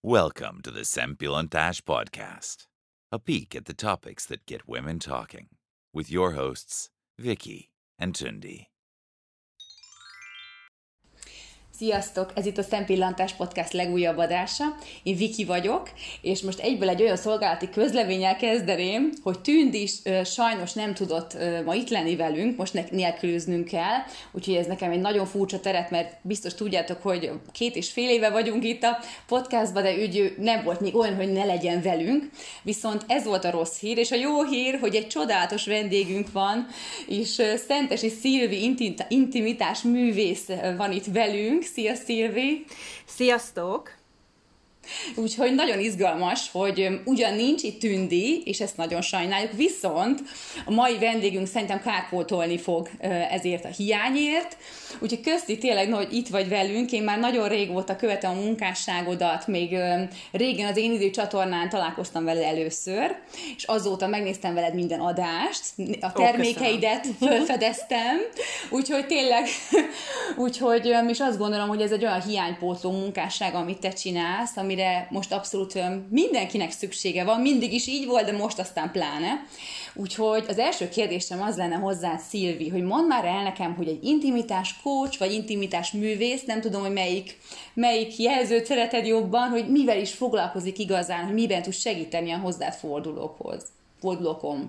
Welcome to the Szempillantás Podcast, a peek at the topics that get women talking, with your hosts, Vicky and Tundi. Sziasztok! Ez itt a Szempillantás Podcast legújabb adása. Én Viki vagyok, és most egyből egy olyan szolgálati közleménnyel kezdeném, hogy Tündi is sajnos nem tudott ma itt lenni velünk, most nélkülöznünk kell, úgyhogy ez nekem egy nagyon furcsa teret, mert biztos tudjátok, hogy 2,5 éve vagyunk itt a podcastban, de ő nem volt még olyan, hogy ne legyen velünk. Viszont ez volt a rossz hír, és a jó hír, hogy egy csodálatos vendégünk van, és Szentesi Szilvi intimitás művész van itt velünk. Szia, Szilvi! Sziasztok! Úgyhogy nagyon izgalmas, hogy ugyan nincs itt Tündi, és ezt nagyon sajnáljuk, viszont a mai vendégünk szerintem kárpótolni fog ezért a hiányért. Úgyhogy közti tényleg, hogy itt vagy velünk, én már nagyon régóta követem a munkásságodat, még régen az Én Idő csatornán találkoztam veled először, és azóta megnéztem veled minden adást, a termékeidet felfedeztem, úgyhogy tényleg, és azt gondolom, hogy ez egy olyan hiánypótló munkásság, amit te csinálsz, amire most abszolút mindenkinek szüksége van, mindig is így volt, de most aztán pláne. Úgyhogy az első kérdésem az lenne hozzád, Szilvi, hogy mondd már el nekem, hogy egy intimitás coach, vagy intimitás művész, nem tudom, hogy melyik jelzőt szereted jobban, hogy mivel is foglalkozik igazán, hogy miben tud segíteni a hozzád fordulókon.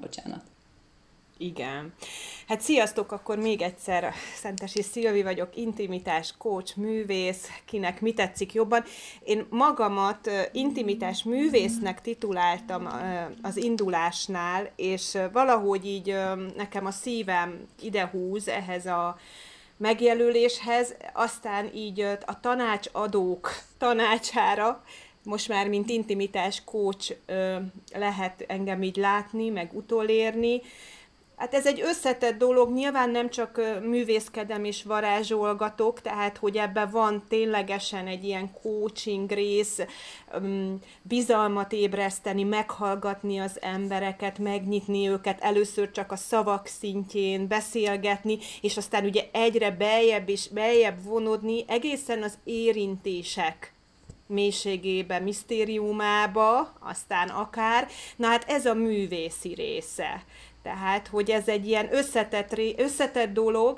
Igen. Hát sziasztok, akkor még egyszer, Szentesi Szilvi vagyok, intimitás coach, művész, kinek mi tetszik jobban. Én magamat intimitás művésznek tituláltam az indulásnál, és valahogy így nekem a szívem idehúz ehhez a megjelöléshez, aztán így a tanácsadók tanácsára, most már mint intimitás coach lehet engem így látni, meg utolérni. Hát ez egy összetett dolog, nyilván nem csak művészkedem és varázsolgatok, tehát hogy ebben van ténylegesen egy ilyen coaching rész, bizalmat ébreszteni, meghallgatni az embereket, megnyitni őket, először csak a szavak szintjén beszélgetni, és aztán ugye egyre beljebb és beljebb vonódni, egészen az érintések mélységébe, misztériumába, aztán akár. Na hát ez a művészi része. Tehát, hogy ez egy ilyen összetett dolog,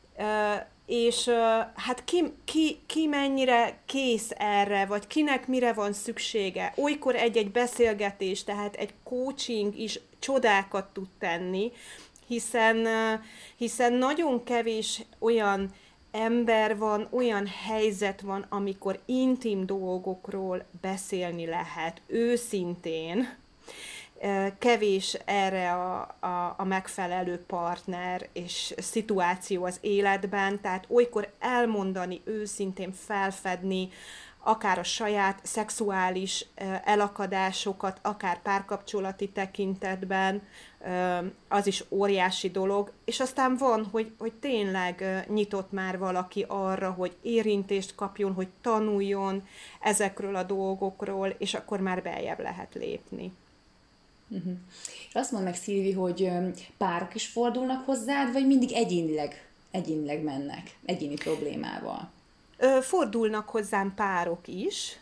és hát ki mennyire kész erre, vagy kinek mire van szüksége. Olykor egy-egy beszélgetés, tehát egy coaching is csodákat tud tenni, hiszen nagyon kevés olyan ember van, olyan helyzet van, amikor intim dolgokról beszélni lehet őszintén. Kevés erre a megfelelő partner és szituáció az életben, tehát olykor elmondani, őszintén felfedni, akár a saját szexuális elakadásokat, akár párkapcsolati tekintetben, az is óriási dolog. És aztán van, hogy tényleg nyitott már valaki arra, hogy érintést kapjon, hogy tanuljon ezekről a dolgokról, és akkor már beljebb lehet lépni. Uh-huh. És azt mondd meg, Szilvi, hogy párok is fordulnak hozzád, vagy mindig egyénileg mennek, egyéni problémával? Fordulnak hozzám párok is,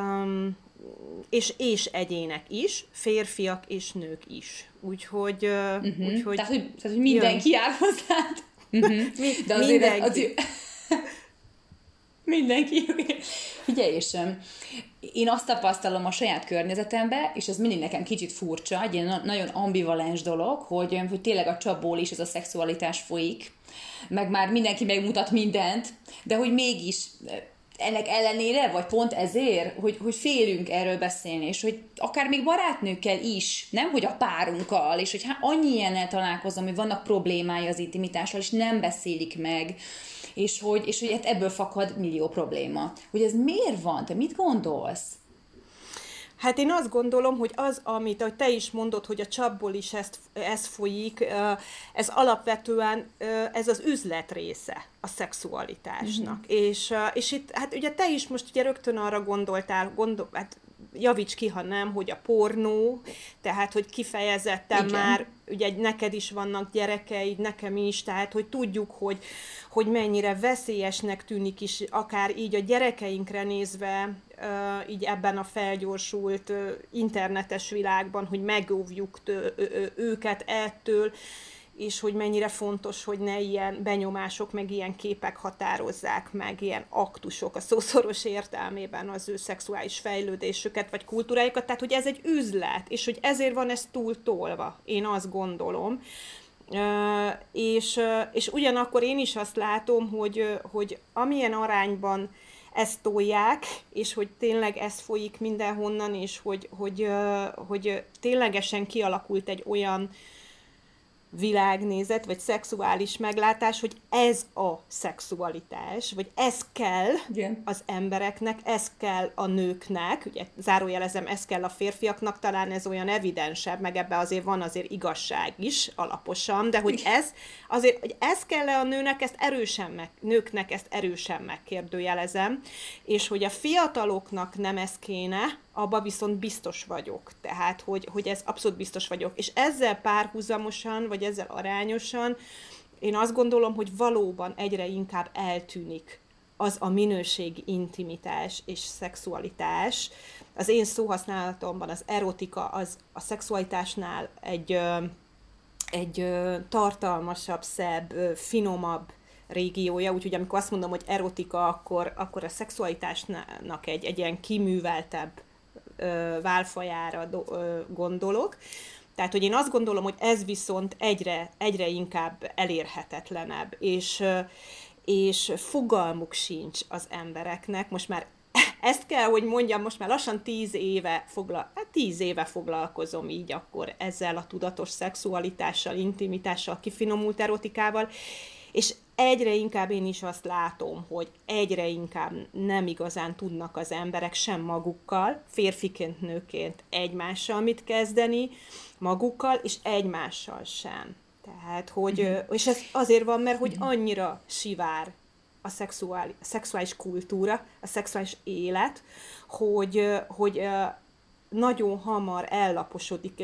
és egyének is, férfiak és nők is. Úgyhogy... Tehát, hogy mindenki jár hozzád? De azért mindenki. Figyelj, és én azt tapasztalom a saját környezetemben, és ez mindig nekem kicsit furcsa, egy ilyen nagyon ambivalens dolog, hogy tényleg a csapból is ez a szexualitás folyik, meg már mindenki megmutat mindent, de hogy mégis ennek ellenére, vagy pont ezért, hogy félünk erről beszélni, és hogy akár még barátnőkkel is, nem hogy a párunkkal, és hogy annyi ilyennel találkozom, hogy vannak problémái az intimitással, és nem beszélik meg, és hogy hát ebből fakad millió probléma. Hogy ez miért van? Te mit gondolsz? Hát én azt gondolom, hogy az, ahogy te is mondod, hogy a csapból is ez folyik, ez alapvetően ez az üzlet része a szexualitásnak. És itt, hát ugye te is most ugye rögtön arra gondoltál, hát javíts ki, ha nem, hogy a pornó, tehát, hogy kifejezetten Igen. már, ugye neked is vannak gyerekeid, nekem is, tehát, hogy tudjuk, hogy mennyire veszélyesnek tűnik is, akár így a gyerekeinkre nézve, így ebben a felgyorsult internetes világban, hogy megóvjuk őket ettől, és hogy mennyire fontos, hogy ne ilyen benyomások, meg ilyen képek határozzák meg, ilyen aktusok a szószoros értelmében az ő szexuális fejlődésüket, vagy kultúrájukat, tehát hogy ez egy üzlet, és hogy ezért van ez túltolva, én azt gondolom. És ugyanakkor én is azt látom, hogy amilyen arányban ezt tolják, és hogy tényleg ez folyik mindenhonnan, és hogy ténylegesen kialakult egy olyan világnézet, vagy szexuális meglátás, hogy ez a szexualitás, vagy ez kell az embereknek, ez kell a nőknek, ugye zárójelezem, ez kell a férfiaknak, talán ez olyan evidensebb, meg ebbe azért van azért igazság is alaposan, de hogy ez azért, hogy ez kell-e a nőnek, nőknek ezt erősen megkérdőjelezem, és hogy a fiataloknak nem ez kéne, abba viszont biztos vagyok. Tehát, hogy ez abszolút biztos vagyok. És ezzel párhuzamosan, vagy ezzel arányosan, én azt gondolom, hogy valóban egyre inkább eltűnik az a minőségi intimitás és szexualitás. Az én szóhasználatomban az erotika az a szexualitásnál egy tartalmasabb, szebb, finomabb régiója, úgyhogy amikor azt mondom, hogy erotika, akkor a szexualitásnak egy ilyen kiműveltebb válfajára gondolok. Tehát, hogy én azt gondolom, hogy ez viszont egyre inkább elérhetetlenebb, és fogalmuk sincs az embereknek. Most már ezt kell, hogy mondjam, most már lassan 10 éve foglalkozom így akkor ezzel a tudatos szexualitással, intimitással, kifinomult erotikával, és egyre inkább én is azt látom, hogy egyre inkább nem igazán tudnak az emberek sem magukkal, férfiként, nőként egymással mit kezdeni, magukkal, és egymással sem. Tehát, és ez azért van, mert hogy annyira sivár a szexuális kultúra, a szexuális élet, hogy nagyon hamar ellaposodik,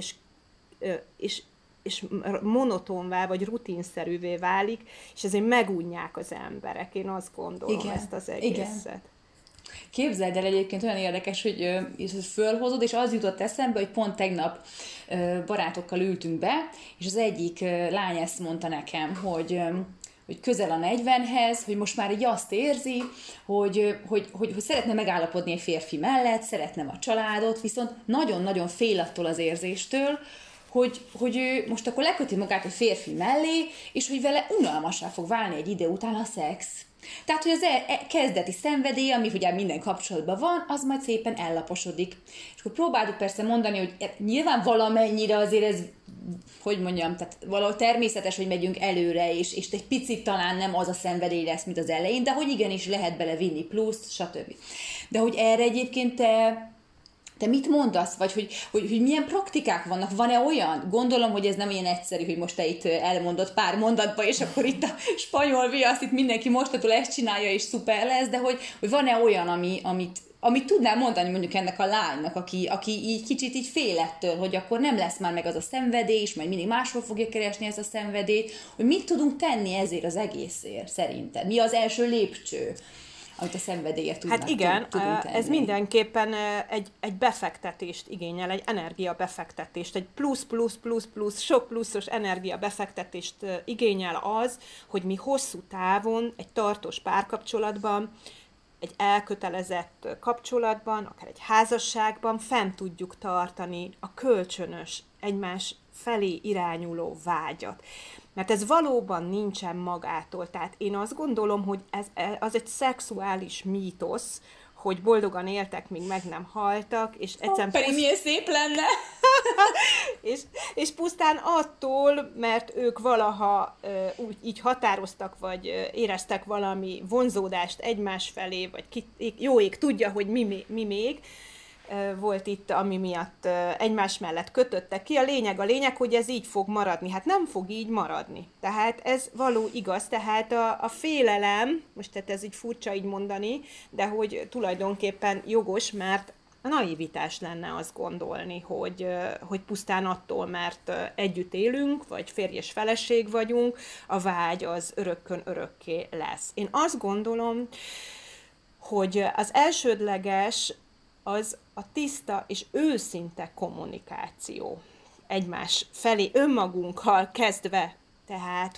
és monotonvá, vagy rutinszerűvé válik, és ezért megújják az emberek. Én azt gondolom ezt az egészet. Igen. Képzeld el, egyébként olyan érdekes, hogy fölhozod, és az jutott eszembe, hogy pont tegnap barátokkal ültünk be, és az egyik lány ezt mondta nekem, hogy közel a 40-hez, hogy most már így azt érzi, hogy szeretne megállapodni egy férfi mellett, szeretne a családot, viszont nagyon-nagyon fél attól az érzéstől, hogy ő most akkor leköti magát egy férfi mellé, és hogy vele unalmassá fog válni egy idő után a szex. Tehát, hogy az kezdeti szenvedély, ami ugye minden kapcsolatban van, az majd szépen ellaposodik. És akkor próbáltuk persze mondani, hogy nyilván valamennyire azért ez, hogy mondjam, tehát valahol természetes, hogy megyünk előre, és egy picit talán nem az a szenvedély lesz, mint az elején, de hogy igenis lehet belevinni pluszt, stb. De hogy erre egyébként te mit mondasz, vagy hogy milyen praktikák vannak? Van-e olyan? Gondolom, hogy ez nem ilyen egyszerű, hogy most te itt elmondod pár mondatba, és akkor itt a spanyol viaszt, itt mindenki mostatól ezt csinálja, és szuper lesz, de hogy van-e olyan, amit tudnál mondani mondjuk ennek a lánynak, aki így kicsit így fél ettől, hogy akkor nem lesz már meg az a szenvedély, és majd mindig máshol fogja keresni ez a szenvedély, hogy mit tudunk tenni ezért az egészért szerinted? Mi az első lépcső, amit a szenvedélyet tudunk tenni? Hát igen, ez mindenképpen egy befektetést igényel, egy energiabefektetést, egy plusz, sok pluszos energiabefektetést igényel az, hogy mi hosszú távon, egy tartós párkapcsolatban, egy elkötelezett kapcsolatban, akár egy házasságban fenn tudjuk tartani a kölcsönös, egymás felé irányuló vágyat. Mert ez valóban nincsen magától. Tehát én azt gondolom, hogy az egy szexuális mítosz, hogy boldogan éltek, míg meg nem haltak, és egyszerűen... Pedig milyen szép lenne! és pusztán attól, mert ők valaha úgy így határoztak, vagy éreztek valami vonzódást egymás felé, vagy jó ég tudja, hogy mi még volt itt, ami miatt egymás mellett kötöttek ki. A lényeg, hogy ez így fog maradni. Hát nem fog így maradni. Tehát ez való igaz. Tehát a félelem, most tehát ez így furcsa így mondani, de hogy tulajdonképpen jogos, mert naivitás lenne azt gondolni, hogy pusztán attól, mert együtt élünk, vagy férj és feleség vagyunk, a vágy az örökkön örökké lesz. Én azt gondolom, hogy az elsődleges az a tiszta és őszinte kommunikáció egymás felé, önmagunkkal kezdve. Tehát,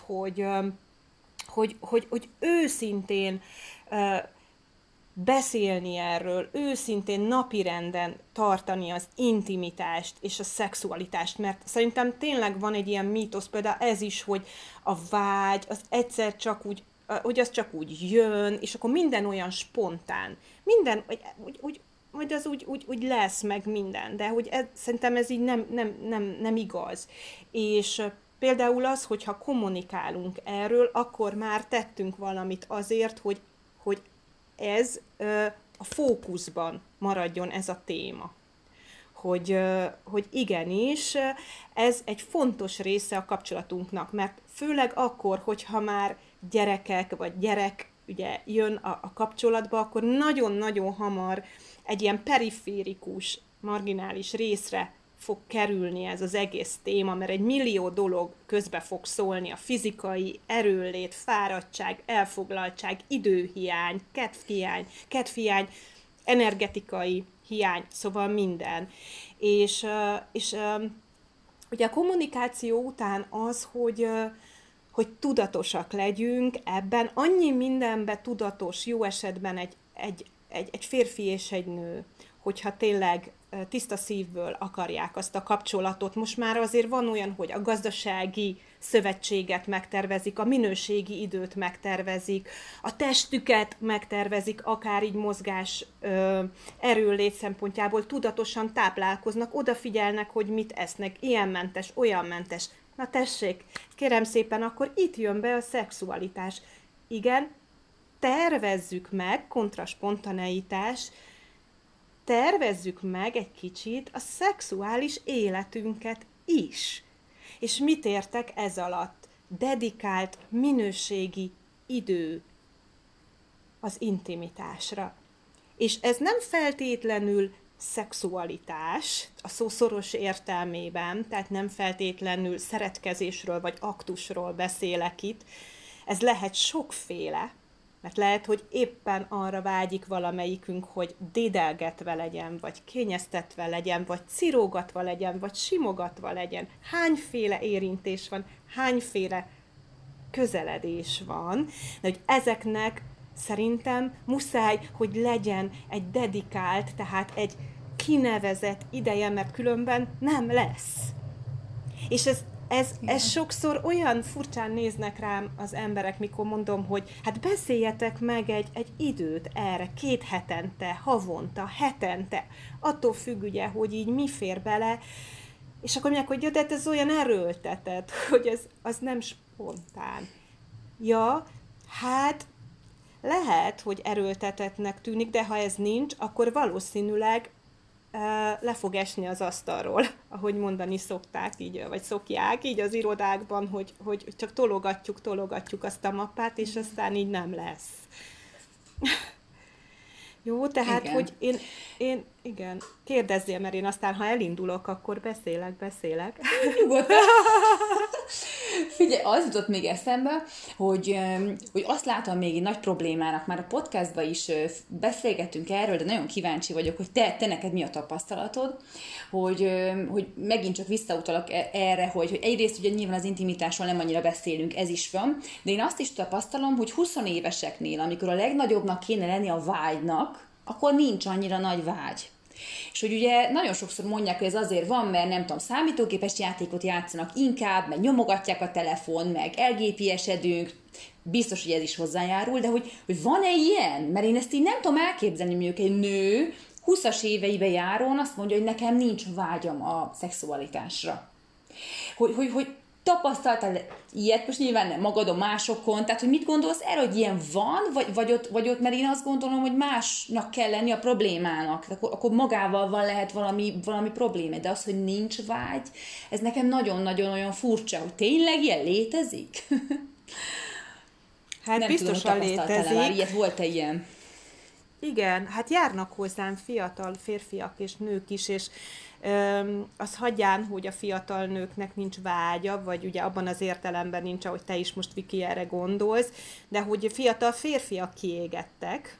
hogy őszintén beszélni erről, őszintén napirenden tartani az intimitást és a szexualitást, mert szerintem tényleg van egy ilyen mítosz, például ez is, hogy a vágy, az egyszer csak úgy, hogy az csak úgy jön, és akkor minden olyan spontán, minden, hogy az úgy lesz meg minden, de hogy szerintem ez így nem igaz. És például az, hogyha kommunikálunk erről, akkor már tettünk valamit azért, hogy ez a fókuszban maradjon ez a téma. Hogy igenis, ez egy fontos része a kapcsolatunknak, mert főleg akkor, hogyha már gyerekek, vagy gyerek ugye jön a kapcsolatba, akkor nagyon-nagyon hamar egy ilyen periférikus, marginális részre fog kerülni ez az egész téma, mert egy millió dolog közbe fog szólni, a fizikai erőllét, fáradtság, elfoglaltság, időhiány, kedvhiány, energetikai hiány, szóval minden. És ugye a kommunikáció után az, hogy tudatosak legyünk ebben, annyi mindenben tudatos, jó esetben egy férfi és egy nő, hogyha tényleg tiszta szívből akarják azt a kapcsolatot. Most már azért van olyan, hogy a gazdasági szövetséget megtervezik, a minőségi időt megtervezik, a testüket megtervezik, akár így mozgás erőllét szempontjából tudatosan táplálkoznak, odafigyelnek, hogy mit esznek, ilyen mentes, olyan mentes. Na tessék, kérem szépen, akkor itt jön be a szexualitás. Igen, tervezzük meg, kontraspontaneitás, tervezzük meg egy kicsit a szexuális életünket is. És mit értek ez alatt? Dedikált, minőségi idő az intimitásra. És ez nem feltétlenül szexualitás, a szó szoros értelmében, tehát nem feltétlenül szeretkezésről vagy aktusról beszélek itt. Ez lehet sokféle, mert lehet, hogy éppen arra vágyik valamelyikünk, hogy dédelgetve legyen, vagy kényeztetve legyen, vagy cirógatva legyen, vagy simogatva legyen. Hányféle érintés van, hányféle közeledés van, de hogy ezeknek szerintem muszáj, hogy legyen egy dedikált, tehát egy kinevezett ideje, mert különben nem lesz. És ez sokszor olyan furcsán néznek rám az emberek, mikor mondom, hogy hát beszéljetek meg egy időt erre, 2 hetente, havonta, hetente, attól függ ugye, hogy így mi fér bele, és akkor mondják, hogy ja, de ez olyan erőltetett, hogy az nem spontán. Ja, hát lehet, hogy erőltetettnek tűnik, de ha ez nincs, akkor valószínűleg le fog esni az asztalról, ahogy mondani szokták, így, vagy szokják így az irodákban, hogy csak tologatjuk azt a mappát, és aztán így nem lesz. Jó, tehát, igen. Hogy én igen, kérdezzél, mert én aztán, ha elindulok, akkor beszélek. Nyugodtan. Figyelj, az jutott még eszembe, hogy azt látom még nagy problémának, már a podcastban is beszélgettünk erről, de nagyon kíváncsi vagyok, hogy te neked mi a tapasztalatod, hogy megint csak visszautalok erre, hogy egyrészt ugye nyilván az intimitásról nem annyira beszélünk, ez is van, de én azt is tapasztalom, hogy 20 éveseknél, amikor a legnagyobbnak kéne lenni a vágynak, akkor nincs annyira nagy vágy. És hogy ugye nagyon sokszor mondják, hogy ez azért van, mert nem tudom, számítógépes játékot játszanak inkább, meg nyomogatják a telefon, meg elgépiesedünk, biztos, hogy ez is hozzájárul, de hogy van-e ilyen? Mert én ezt így nem tudom elképzelni, mondjuk egy nő 20-as éveibe járon azt mondja, hogy nekem nincs vágyam a szexualitásra. Hogy tapasztaltál ilyet, most nyilván nem magadon, másokon, tehát hogy mit gondolsz erre, hogy ilyen van, vagy ott, mert én azt gondolom, hogy másnak kell lenni a problémának, akkor magával lehet valami probléma, de az, hogy nincs vágy, ez nekem nagyon-nagyon olyan furcsa, hogy tényleg ilyen létezik? Hát nem biztosan tudom, létezik. Már ilyet, volt-e ilyen? Igen, hát járnak hozzám fiatal férfiak és nők is, és az hagyján, hogy a fiatal nőknek nincs vágya, vagy ugye abban az értelemben nincs, ahogy te is most, Viki, erre gondolsz, de hogy fiatal férfiak kiégettek,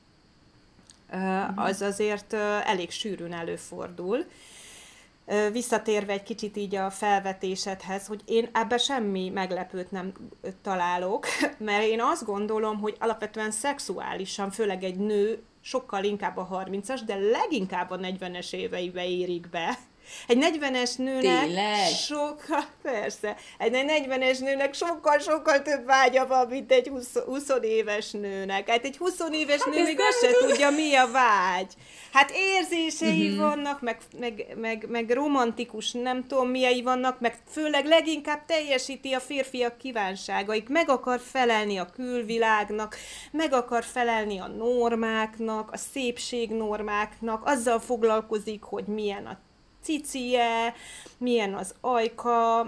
az azért elég sűrűn előfordul. Visszatérve egy kicsit így a felvetésedhez, hogy én ebben semmi meglepőt nem találok, mert én azt gondolom, hogy alapvetően szexuálisan, főleg egy nő sokkal inkább a 30-as, de leginkább a 40-es éveibe érik be. Egy 40-es nőnek sokkal, persze, egy 40-es nőnek sokkal több vágya van, mint egy 20 éves nőnek. Hát egy 20 éves nő még azt se tudja, mi a vágy. Hát érzései vannak, meg romantikus, nem tudom, miei vannak, meg főleg leginkább teljesíti a férfiak kívánságaik, meg akar felelni a külvilágnak, meg akar felelni a normáknak, a szépségnormáknak, azzal foglalkozik, hogy milyen a cicie, milyen az ajka,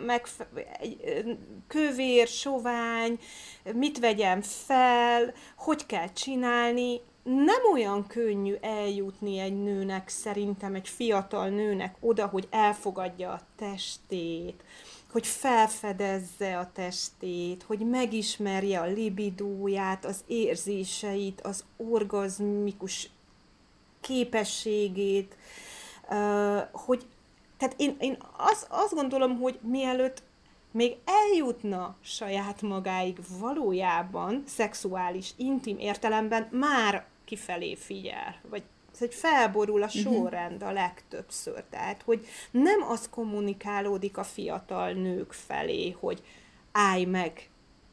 kövér, sovány, mit vegyem fel, hogy kell csinálni. Nem olyan könnyű eljutni egy nőnek, szerintem egy fiatal nőnek oda, hogy elfogadja a testét, hogy felfedezze a testét, hogy megismerje a libidóját, az érzéseit, az orgazmikus képességét, hogy tehát én azt gondolom, hogy mielőtt még eljutna saját magáig valójában szexuális, intim értelemben, már kifelé figyel, vagy hogy felborul a sorrend a legtöbbször. Tehát, hogy nem az kommunikálódik a fiatal nők felé, hogy állj meg,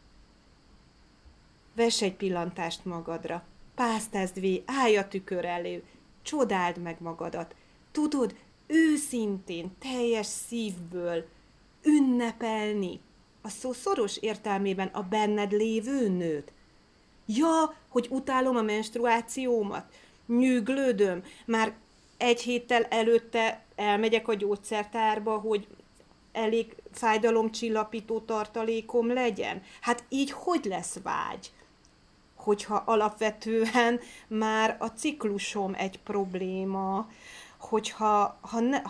vess egy pillantást magadra, pásztázd végig, állj a tükör elé, csodáld meg magadat. Tudod, őszintén, teljes szívből ünnepelni a szó szoros értelmében a benned lévő nőt. Ja, hogy utálom a menstruációmat, nyűglődöm, már egy héttel előtte elmegyek a gyógyszertárba, hogy elég fájdalomcsillapító tartalékom legyen. Hát így hogy lesz vágy? Hogyha alapvetően már a ciklusom egy probléma, hogyha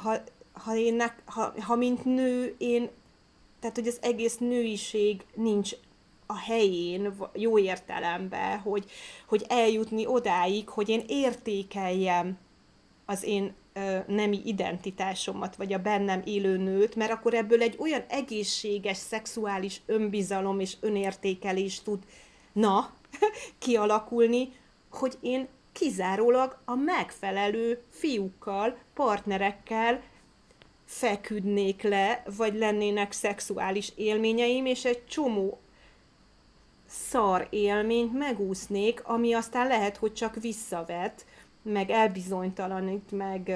mint nő én, tehát hogy az egész nőiség nincs a helyén, jó értelemben, hogy eljutni odáig, hogy én értékeljem az én nemi identitásomat, vagy a bennem élő nőt, mert akkor ebből egy olyan egészséges, szexuális önbizalom és önértékelés tudna kialakulni, hogy én kizárólag a megfelelő fiúkkal, partnerekkel feküdnék le, vagy lennének szexuális élményeim, és egy csomó szar élményt megúsznék, ami aztán lehet, hogy csak visszavet, meg elbizonytalanít,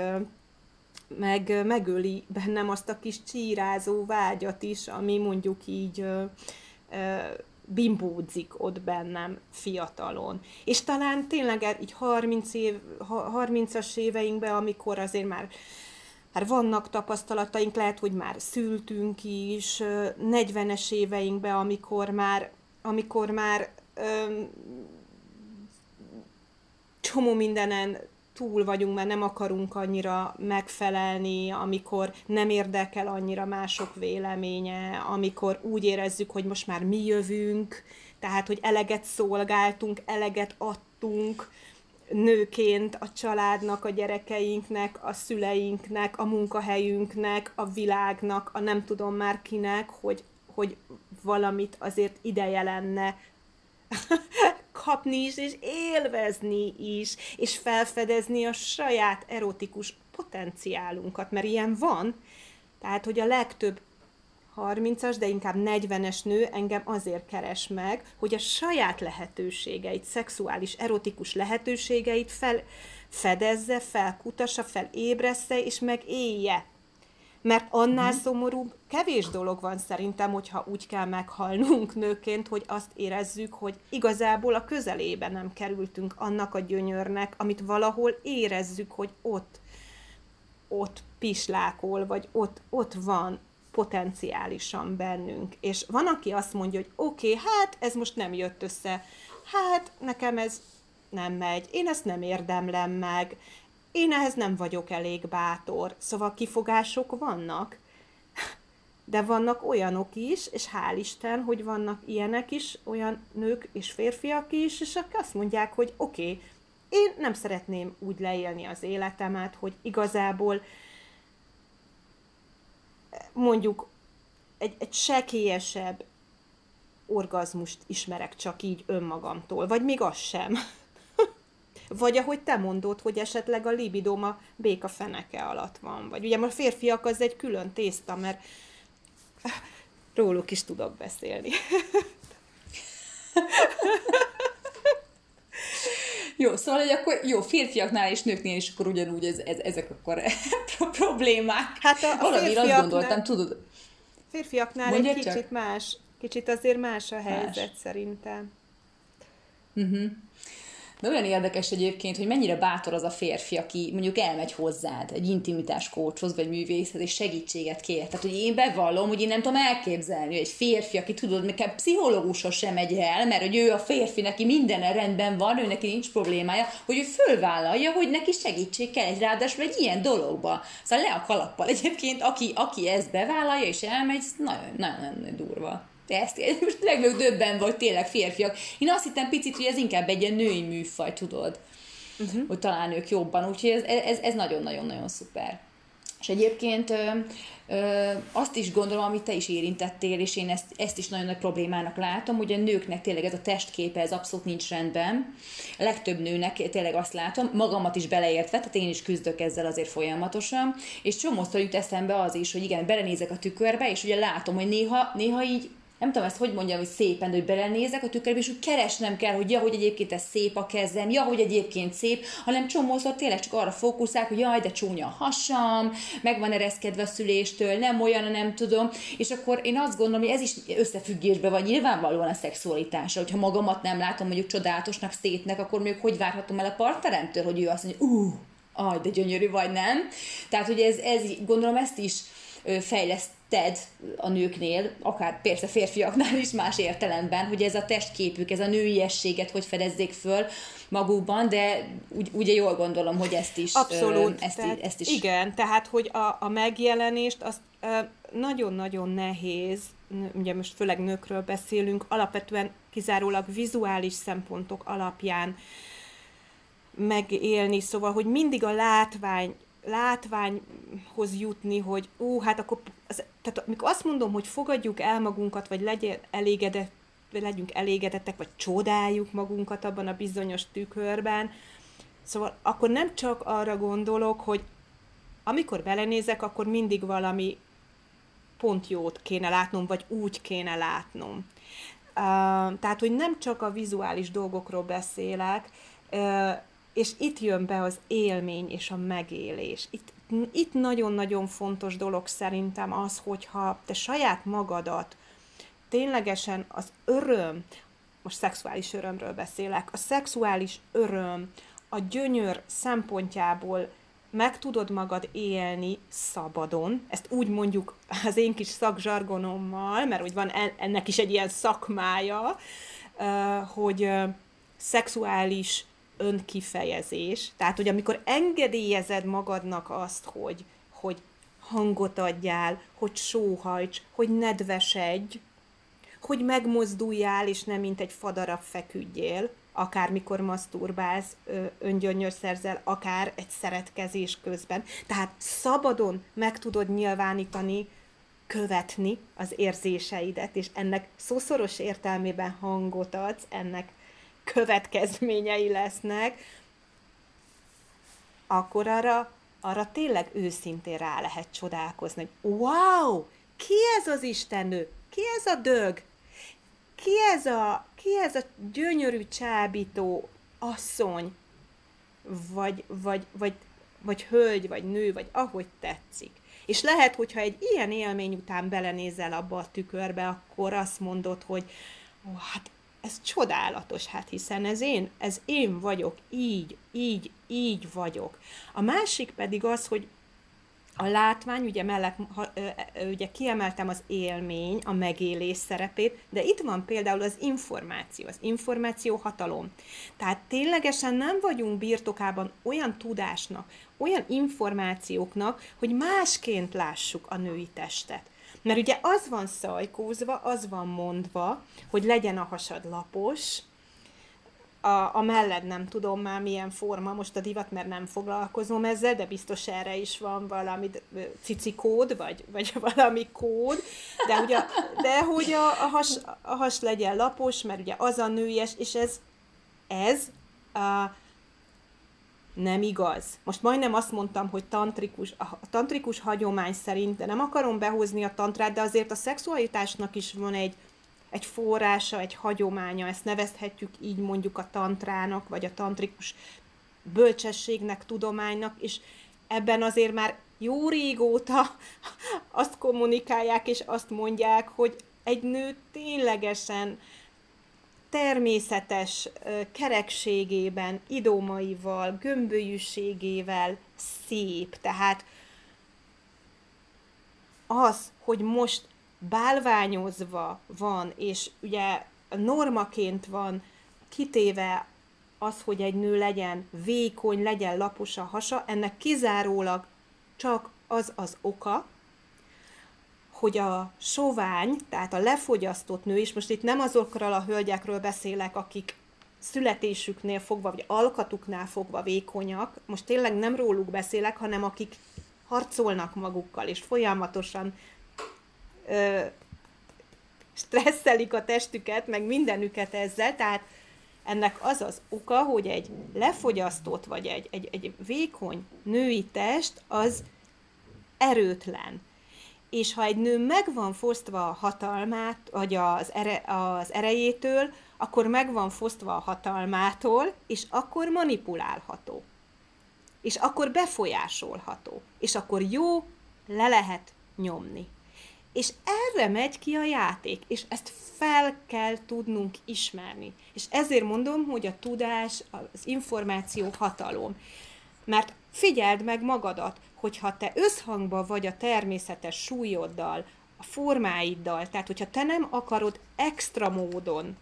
meg megöli bennem azt a kis csírázó vágyat is, ami mondjuk így bimbódzik ott bennem fiatalon. És talán tényleg így 30-as éveinkben, amikor azért már vannak tapasztalataink, lehet, hogy már szültünk is, 40-es éveinkben, amikor már csomó mindenen túl vagyunk, mert nem akarunk annyira megfelelni, amikor nem érdekel annyira mások véleménye, amikor úgy érezzük, hogy most már mi jövünk, tehát, hogy eleget szolgáltunk, eleget adtunk nőként a családnak, a gyerekeinknek, a szüleinknek, a munkahelyünknek, a világnak, a nem tudom már kinek, hogy valamit azért ideje lenne kapni is, és élvezni is, és felfedezni a saját erotikus potenciálunkat, mert ilyen van. Tehát, hogy a legtöbb 30-as, de inkább 40-es nő engem azért keres meg, hogy a saját lehetőségeit, szexuális, erotikus lehetőségeit felfedezze, felkutassa, felébressze, és megélje. Mert annál szomorúbb kevés dolog van szerintem, hogyha úgy kell meghalnunk nőként, hogy azt érezzük, hogy igazából a közelébe nem kerültünk annak a gyönyörnek, amit valahol érezzük, hogy ott pislákol, vagy ott van potenciálisan bennünk. És van, aki azt mondja, hogy oké, hát ez most nem jött össze, hát nekem ez nem megy, én ezt nem érdemlem meg, én ehhez nem vagyok elég bátor. Szóval kifogások vannak, de vannak olyanok is, és hál' Isten, hogy vannak ilyenek is, olyan nők és férfiak is, és akik azt mondják, hogy oké, én nem szeretném úgy leélni az életemet, hogy igazából mondjuk egy sekélyesebb orgazmust ismerek csak így önmagamtól, vagy még az sem. Vagy ahogy te mondod, hogy esetleg a libidóm a béka feneke alatt van. Vagy ugye a férfiak az egy külön tészta, mert róluk is tudok beszélni. Jó, szóval, hogy akkor jó, férfiaknál és nőknél is akkor ugyanúgy ezek akkor problémák. Hát a valami azt gondoltam, tudod. Férfiaknál mondjad egy kicsit más, kicsit azért más a helyzet szerintem. De olyan érdekes egyébként, hogy mennyire bátor az a férfi, aki mondjuk elmegy hozzád egy intimitás coachhoz, vagy művészhez, és segítséget kér. Tehát, hogy én bevallom, hogy én nem tudom elképzelni, hogy egy férfi, aki tudod, nekem pszichológushoz sem megy el, mert hogy ő a férfi, neki minden rendben van, ő neki nincs problémája, hogy ő fölvállalja, hogy neki segítség kell egy ráadásul egy ilyen dologba. Szóval le a kalappal egyébként, aki ezt bevállalja és elmegy, nagyon durva. De ezt most legdöbben vagy tényleg férfiak. Én azt hittem picit, hogy ez inkább egy ilyen női műfaj, tudod? Hogy talán ők jobban. Úgyhogy ez nagyon-nagyon-nagyon szuper. És egyébként azt is gondolom, amit te is érintettél, és én ezt is nagyon nagy problémának látom, hogy a nőknek tényleg ez a testképe, ez abszolút nincs rendben. A legtöbb nőnek tényleg azt látom, magamat is beleértve, tehát én is küzdök ezzel azért folyamatosan, és csomószor jut eszembe az is, hogy igen, belenézek a tükörbe, és ugye látom, hogy néha így nem tudom ezt, hogy mondjam, hogy szépen, de hogy belenézek a tükörbe, és úgy keresnem kell, hogy hogy egyébként ez szép a kezem, hogy egyébként szép, hanem csomószor tényleg csak arra fókuszálok, hogy jaj, de csúnya a hasam, meg van ereszkedve a szüléstől, nem olyan, nem tudom, és akkor én azt gondolom, hogy ez is összefüggésben van nyilvánvalóan a szexualitásra, hogyha magamat nem látom mondjuk csodálatosnak, szépnek, akkor mondjuk hogy várhatom el a partneremtől, hogy ő azt mondja, aj, de gyönyörű vagy, nem? Tehát, hogy ez gondolom ezt is fejleszted a nőknél, akár persze férfiaknál is más értelemben, hogy ez a testképük, ez a nőiességet hogy fedezzék föl magukban, de ugye jól gondolom, hogy ezt is... Abszolút. Ezt is... Igen, tehát, hogy a megjelenést azt nagyon-nagyon nehéz, ugye most főleg nőkről beszélünk, alapvetően kizárólag vizuális szempontok alapján megélni, szóval, hogy mindig a látványhoz jutni, hogy hát akkor, tehát amikor azt mondom, hogy fogadjuk el magunkat, vagy legyünk elégedettek, vagy csodáljuk magunkat abban a bizonyos tükörben, szóval akkor nem csak arra gondolok, hogy amikor belenézek, akkor mindig valami pont jót kéne látnom, vagy úgy kéne látnom. Tehát, hogy nem csak a vizuális dolgokról beszélek, és itt jön be az élmény és a megélés. Itt nagyon-nagyon fontos dolog szerintem az, hogyha te saját magadat ténylegesen az öröm, most szexuális örömről beszélek, a szexuális öröm, a gyönyör szempontjából meg tudod magad élni szabadon, ezt úgy mondjuk az én kis szakzsargonommal, mert hogy van ennek is egy ilyen szakmája, hogy szexuális önkifejezés, tehát, hogy amikor engedélyezed magadnak azt, hogy hangot adjál, hogy sóhajts, hogy nedvesedj, hogy megmozduljál, és nem mint egy fadarab feküdjél, akár mikor maszturbálsz, öngyöngyös szerzel, akár egy szeretkezés közben. Tehát szabadon meg tudod nyilvánítani, követni az érzéseidet, és ennek szószoros értelmében hangot adsz, ennek következményei lesznek, akkor arra tényleg őszintén rá lehet csodálkozni, hogy wow, ki ez az istennő? Ki ez a dög? Ki ez a gyönyörű csábító asszony? Vagy hölgy, vagy nő, vagy ahogy tetszik. És lehet, hogyha egy ilyen élmény után belenézel abba a tükörbe, akkor azt mondod, hogy hát ez csodálatos, hát hiszen ez én vagyok, így vagyok. A másik pedig az, hogy A látvány, ugye mellett ugye kiemeltem az élmény, a megélés szerepét, de itt van például az információ hatalom. Tehát ténylegesen nem vagyunk birtokában olyan tudásnak, olyan információknak, hogy másként lássuk a női testet. Mert ugye az van szajkózva, az van mondva, hogy legyen a hasad lapos, a melled nem tudom már milyen forma most a divat, mert nem foglalkozom ezzel, de biztos erre is van valami cicikód, vagy valami kód, de hogy a has legyen lapos, mert ugye az a nőies, és ez nem igaz. Most majdnem azt mondtam, hogy a tantrikus hagyomány szerint, de nem akarom behozni a tantrát, de azért a szexualitásnak is van egy forrása, egy hagyománya, ezt nevezhetjük így mondjuk a tantrának, vagy a tantrikus bölcsességnek, tudománynak, és ebben azért már jó régóta azt kommunikálják, és azt mondják, hogy egy nő ténylegesen természetes kerekségében, idomaival, gömbölyűségével szép. Tehát az, hogy most bálványozva van, és ugye normaként van kitéve az, hogy egy nő legyen vékony, legyen lapos a hasa, ennek kizárólag csak az oka, hogy a sovány, tehát a lefogyasztott nő, és most itt nem azokról a hölgyekről beszélek, akik születésüknél fogva, vagy alkatuknál fogva vékonyak, most tényleg nem róluk beszélek, hanem akik harcolnak magukkal, és folyamatosan stresszelik a testüket, meg mindenüket ezzel, tehát ennek az az oka, hogy egy lefogyasztott, vagy egy vékony női test, az erőtlen. És ha egy nő meg van fosztva a hatalmát, vagy az erejétől, akkor meg van fosztva a hatalmától, és akkor manipulálható. És akkor befolyásolható. És akkor jó, le lehet nyomni. És erre megy ki a játék, és ezt fel kell tudnunk ismerni. És ezért mondom, hogy a tudás, az információ hatalom. Mert figyeld meg magadat, hogyha te összhangban vagy a természetes súlyoddal, a formáiddal, tehát hogyha te nem akarod extra módon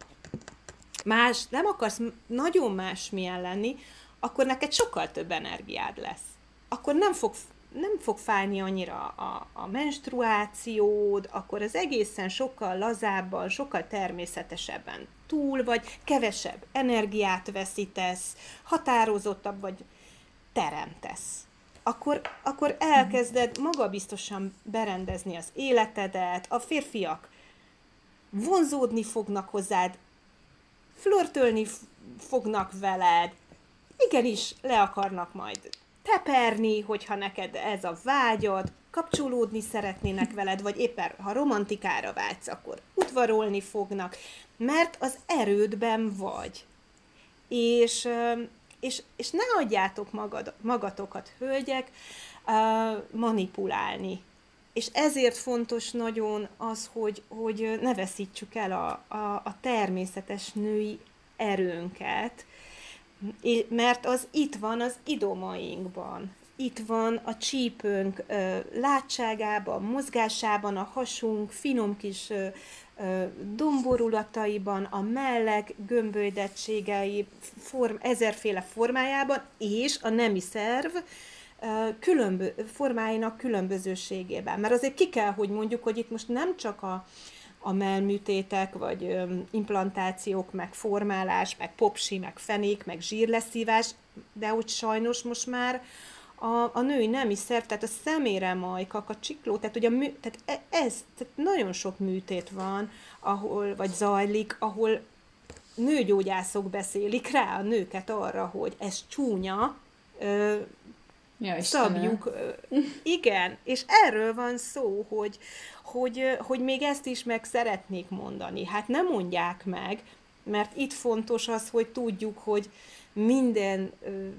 nem akarsz nagyon másmilyen lenni, akkor neked sokkal több energiád lesz. Akkor nem fog fájni annyira a menstruációd, akkor az egészen sokkal lazábban, sokkal természetesebben túl vagy, kevesebb energiát veszítesz, határozottabb vagy, teremtesz. Akkor elkezded magabiztosan berendezni az életedet, a férfiak vonzódni fognak hozzád, flörtölni fognak veled, igenis le akarnak majd teperni, hogyha neked ez a vágyad, kapcsolódni szeretnének veled, vagy éppen ha romantikára vágysz, akkor udvarolni fognak, mert az erődben vagy. És ne adjátok magatokat, hölgyek, manipulálni. És ezért fontos nagyon az, hogy ne veszítsük el a természetes női erőnket, mert az itt van az idomainkban. Itt van a csípőnk látságában, mozgásában, a hasunk finom kis domborulataiban, a mellek gömbölydettségei ezerféle formájában, és a nemi szerv formáinak különbözőségében. Mert azért ki kell, hogy mondjuk, hogy itt most nem csak a mellműtétek, vagy implantációk, meg formálás, meg popsi, meg fenék, meg zsírleszívás, de hogy sajnos most már a női nemi szerv, tehát a szeméremajkak, a csikló, tehát, ugye tehát nagyon sok műtét van, vagy zajlik, ahol nőgyógyászok beszélik rá a nőket arra, hogy ez csúnya, szabjuk. Igen, és erről van szó, hogy még ezt is meg szeretnék mondani. Hát nem mondják meg, mert itt fontos az, hogy tudjuk, hogy minden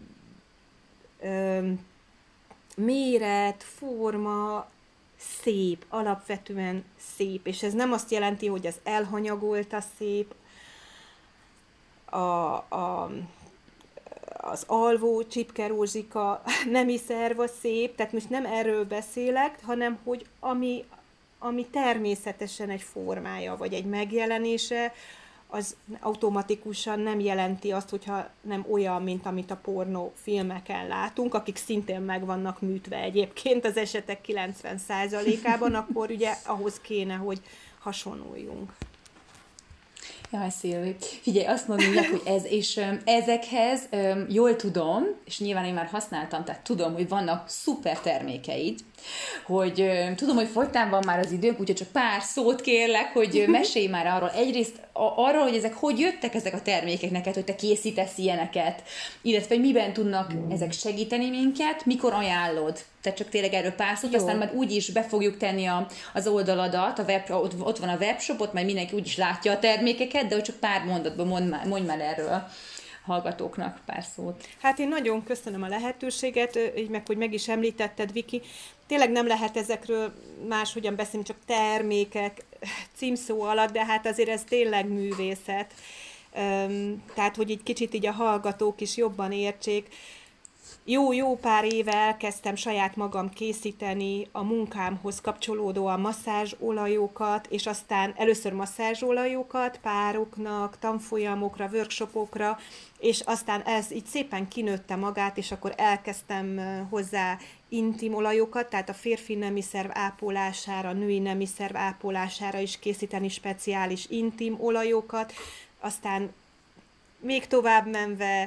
méret, forma szép, alapvetően szép, és ez nem azt jelenti, hogy az elhanyagolt a szép, az alvó, csipkerózsika nemi szerva szép, tehát most nem erről beszélek, hanem hogy ami természetesen egy formája, vagy egy megjelenése, az automatikusan nem jelenti azt, hogyha nem olyan, mint amit a pornófilmeken látunk, akik szintén meg vannak műtve egyébként az esetek 90%-ában, akkor ugye ahhoz kéne, hogy hasonluljunk. Jaj, Szilvi. Figyelj, azt mondjuk, hogy ezekhez jól tudom, és nyilván én már használtam, tehát tudom, hogy vannak szuper termékeid, hogy tudom, hogy fogytán van már az időnk, úgyhogy csak pár szót kérlek, hogy mesélj már arról. Egyrészt arról, hogy ezek hogy jöttek ezek a termékek neked, hogy te készítesz ilyeneket, illetve hogy miben tudnak ezek segíteni minket, mikor ajánlod. Tehát csak tényleg erről pár szót, aztán majd úgyis be fogjuk tenni az oldaladat, ott van a webshop, ott majd mindenki úgyis látja a termékeket, de hogy csak pár mondatban mondj már erről hallgatóknak pár szót. Hát én nagyon köszönöm a lehetőséget, így meg, hogy meg is említetted, Viki. Tényleg nem lehet ezekről máshogyan beszélni, csak termékek címszó alatt, de hát azért ez tényleg művészet. Tehát, hogy egy kicsit így a hallgatók is jobban értsék. Jó pár éve elkezdtem saját magam készíteni a munkámhoz kapcsolódóan masszázsolajokat, és aztán először masszázsolajokat pároknak, tanfolyamokra, workshopokra, és aztán ez így szépen kinőtte magát, és akkor elkezdtem hozzá intim olajokat, tehát a férfi nemi szerv ápolására, a női nemi szerv ápolására is készíteni speciális intim olajokat, aztán még tovább menve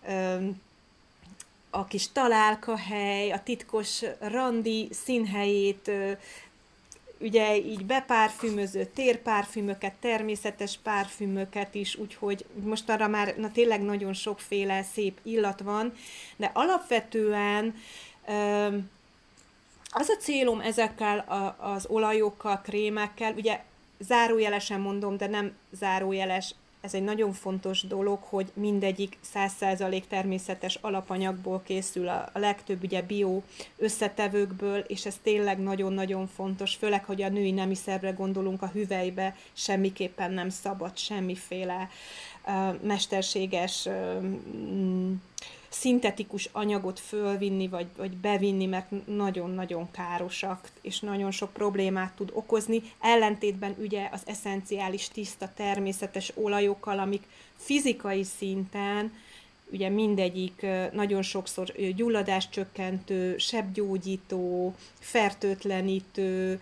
a kis találkahely, a titkos randi színhelyét, ugye így bepárfümöző térpárfümöket, természetes párfümöket is, úgyhogy mostanra már tényleg nagyon sokféle szép illat van, de alapvetően az a célom ezekkel az olajokkal, krémekkel, ugye zárójelesen mondom, de nem zárójeles, ez egy nagyon fontos dolog, hogy mindegyik 100% természetes alapanyagból készül, a legtöbb ugye bio összetevőkből, és ez tényleg nagyon-nagyon fontos, főleg, hogy a női nemi szervre gondolunk, a hüvelybe semmiképpen nem szabad semmiféle mesterséges szintetikus anyagot fölvinni, vagy bevinni, mert nagyon-nagyon károsak, és nagyon sok problémát tud okozni, ellentétben ugye az eszenciális, tiszta, természetes olajokkal, amik fizikai szinten, ugye mindegyik nagyon sokszor gyulladáscsökkentő, sebgyógyító, fertőtlenítő,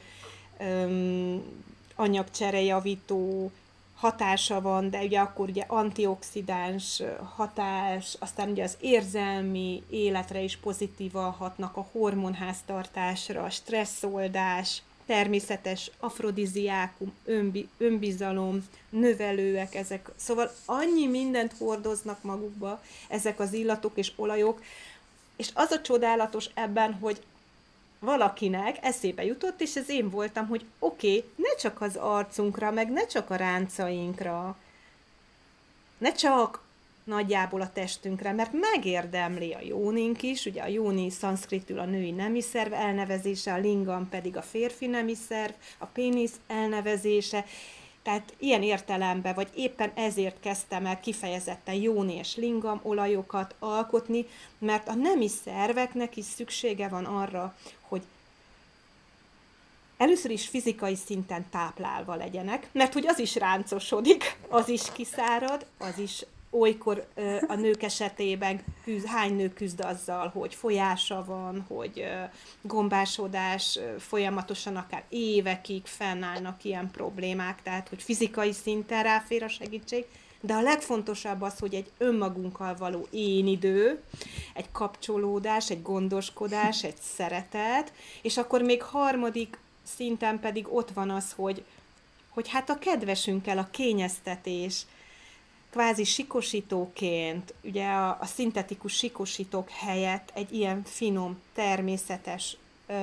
anyagcserejavító hatása van, de ugye akkor ugye antioxidáns hatás, aztán ugye az érzelmi életre is pozitívan hatnak, a hormonháztartásra, a stresszoldás, természetes afrodiziákum, önbizalom, növelőek, ezek. Szóval annyi mindent hordoznak magukba ezek az illatok és olajok, és az a csodálatos ebben, hogy valakinek eszébe jutott, és ez én voltam, hogy oké, ne csak az arcunkra, meg ne csak a ráncainkra, ne csak nagyjából a testünkre, mert megérdemli a jónink is, ugye a jóni szanszkritül a női nemi szerv elnevezése, a lingam pedig a férfi nemi szerv, a pénisz elnevezése, tehát ilyen értelemben, vagy éppen ezért kezdtem el kifejezetten jóni és lingam olajokat alkotni, mert a nemi szerveknek is szüksége van arra, hogy először is fizikai szinten táplálva legyenek, mert hogy az is ráncosodik, az is kiszárad, az is olykor a nők esetében hány nő küzd azzal, hogy folyása van, hogy gombásodás, folyamatosan akár évekig fennállnak ilyen problémák, tehát hogy fizikai szinten ráfér a segítség, de a legfontosabb az, hogy egy önmagunkkal való énidő, egy kapcsolódás, egy gondoskodás, egy szeretet, és akkor még harmadik szinten pedig ott van az, hogy hát a kedvesünkkel a kényeztetés, kvázi sikosítóként, ugye a szintetikus sikosítók helyett egy ilyen finom, természetes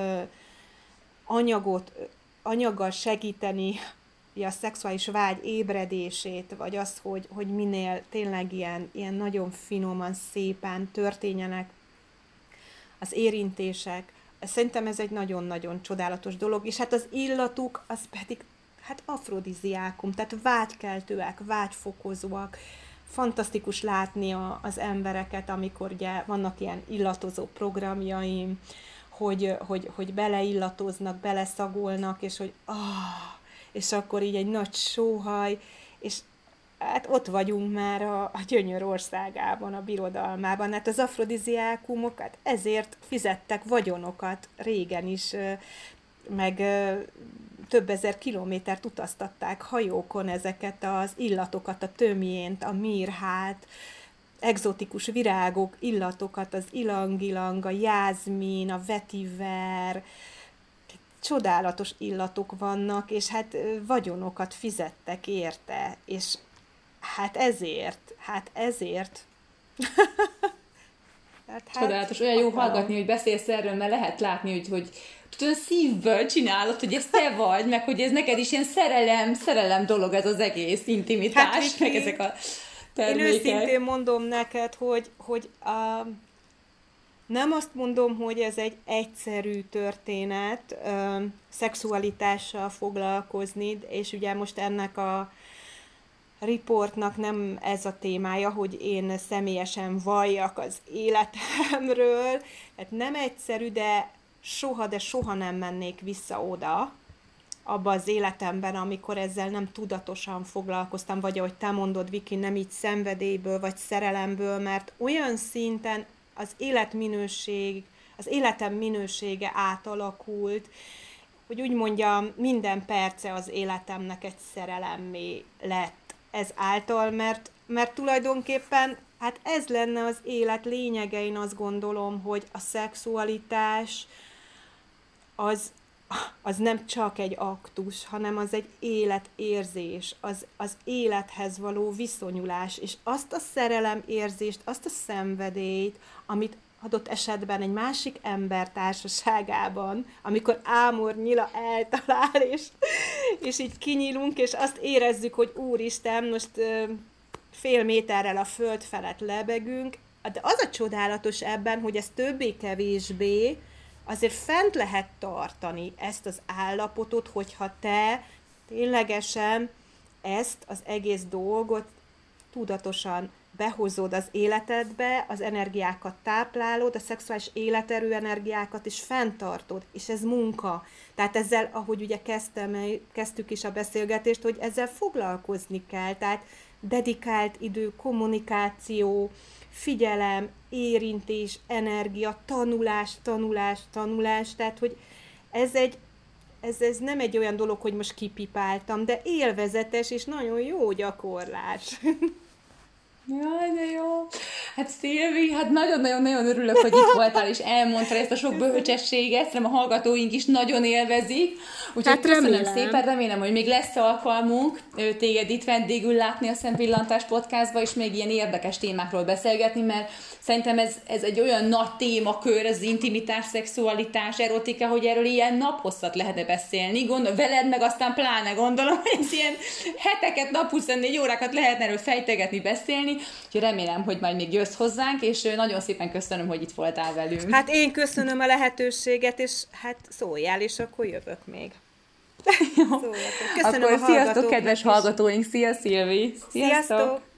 anyaggal segíteni a szexuális vágy ébredését, vagy az, hogy minél tényleg ilyen nagyon finoman, szépen történjenek az érintések. Szerintem ez egy nagyon-nagyon csodálatos dolog, és hát az illatuk, az pedig hát afrodiziákum, tehát vágykeltőek, vágyfokozóak, fantasztikus látni az embereket, amikor ugye vannak ilyen illatozó programjaim, hogy beleillatoznak, beleszagolnak, és hogy és akkor így egy nagy sóhaj, és hát ott vagyunk már a gyönyör országában, a birodalmában. Hát az afrodiziákumokat ezért fizettek vagyonokat régen is, meg több ezer kilométert utaztatták hajókon ezeket az illatokat, a tömjént, a mirhát, egzotikus virágok, illatokat, az ilang-ilang, a jázmin, a vetiver, csodálatos illatok vannak, és hát vagyonokat fizettek érte, és hát ezért. Csodálatos, olyan jó hallgatni, hogy beszélsz erről, mert lehet látni, hogy tudod, szívből csinálod, hogy ez te vagy, meg hogy ez neked is ilyen szerelem dolog ez az egész intimitás, meg ezek a termékek. Én őszintén mondom neked, hogy nem azt mondom, hogy ez egy egyszerű történet szexualitással foglalkozni, és ugye most ennek a riportnak nem ez a témája, hogy én személyesen valljak az életemről. Hát nem egyszerű, de soha nem mennék vissza oda, abba az életemben, amikor ezzel nem tudatosan foglalkoztam, vagy ahogy te mondod, Viki, nem így szenvedélyből, vagy szerelemből, mert olyan szinten az életem minősége átalakult, hogy úgy mondjam, minden perce az életemnek egy szerelemmé lett ez által, mert tulajdonképpen hát ez lenne az élet lényege, én azt gondolom, hogy a szexualitás az nem csak egy aktus, hanem az egy életérzés, az élethez való viszonyulás, és azt a szerelemérzést, azt a szenvedélyt, amit adott esetben egy másik ember társaságában, amikor Ámor nyila eltalál, és így kinyílunk, és azt érezzük, hogy Úristen, most fél méterrel a föld felett lebegünk, de az a csodálatos ebben, hogy ez többé-kevésbé azért fent lehet tartani ezt az állapotot, hogyha te ténylegesen ezt az egész dolgot tudatosan behozod az életedbe, az energiákat táplálod, a szexuális életerő energiákat is fenntartod, és ez munka. Tehát ezzel, ahogy ugye kezdtük is a beszélgetést, hogy ezzel foglalkozni kell, tehát dedikált idő, kommunikáció, figyelem, érintés, energia, tanulás, tehát hogy ez nem egy olyan dolog, hogy most kipipáltam, de élvezetes és nagyon jó gyakorlás. Jaj, de jó. Hát Szilvi, hát nagyon-nagyon örülök, hogy itt voltál, és elmondtál ezt a sok bölcsességet, szerintem a hallgatóink is nagyon élvezik. Úgyhogy hát köszönöm szépen, remélem, hogy még lesz alkalmunk téged itt vendégül látni a Szempillantás podcastba, és még ilyen érdekes témákról beszélgetni, mert szerintem ez egy olyan nagy témakör, az intimitás, szexualitás, erotika, hogy erről ilyen naphosszat lehetne beszélni. Veled meg aztán pláne gondolom, hogy ez ilyen heteket, nap 24 órákat lehetne erről fejtegetni, beszélni. Úgyhogy remélem, hogy majd még jössz hozzánk, és nagyon szépen köszönöm, hogy itt voltál velünk. Hát én köszönöm a lehetőséget, és hát szóljál, és akkor jövök még. Köszönöm akkor a sziasztok, kedves hallgatóink! Szia, Szilvi! Sziasztok!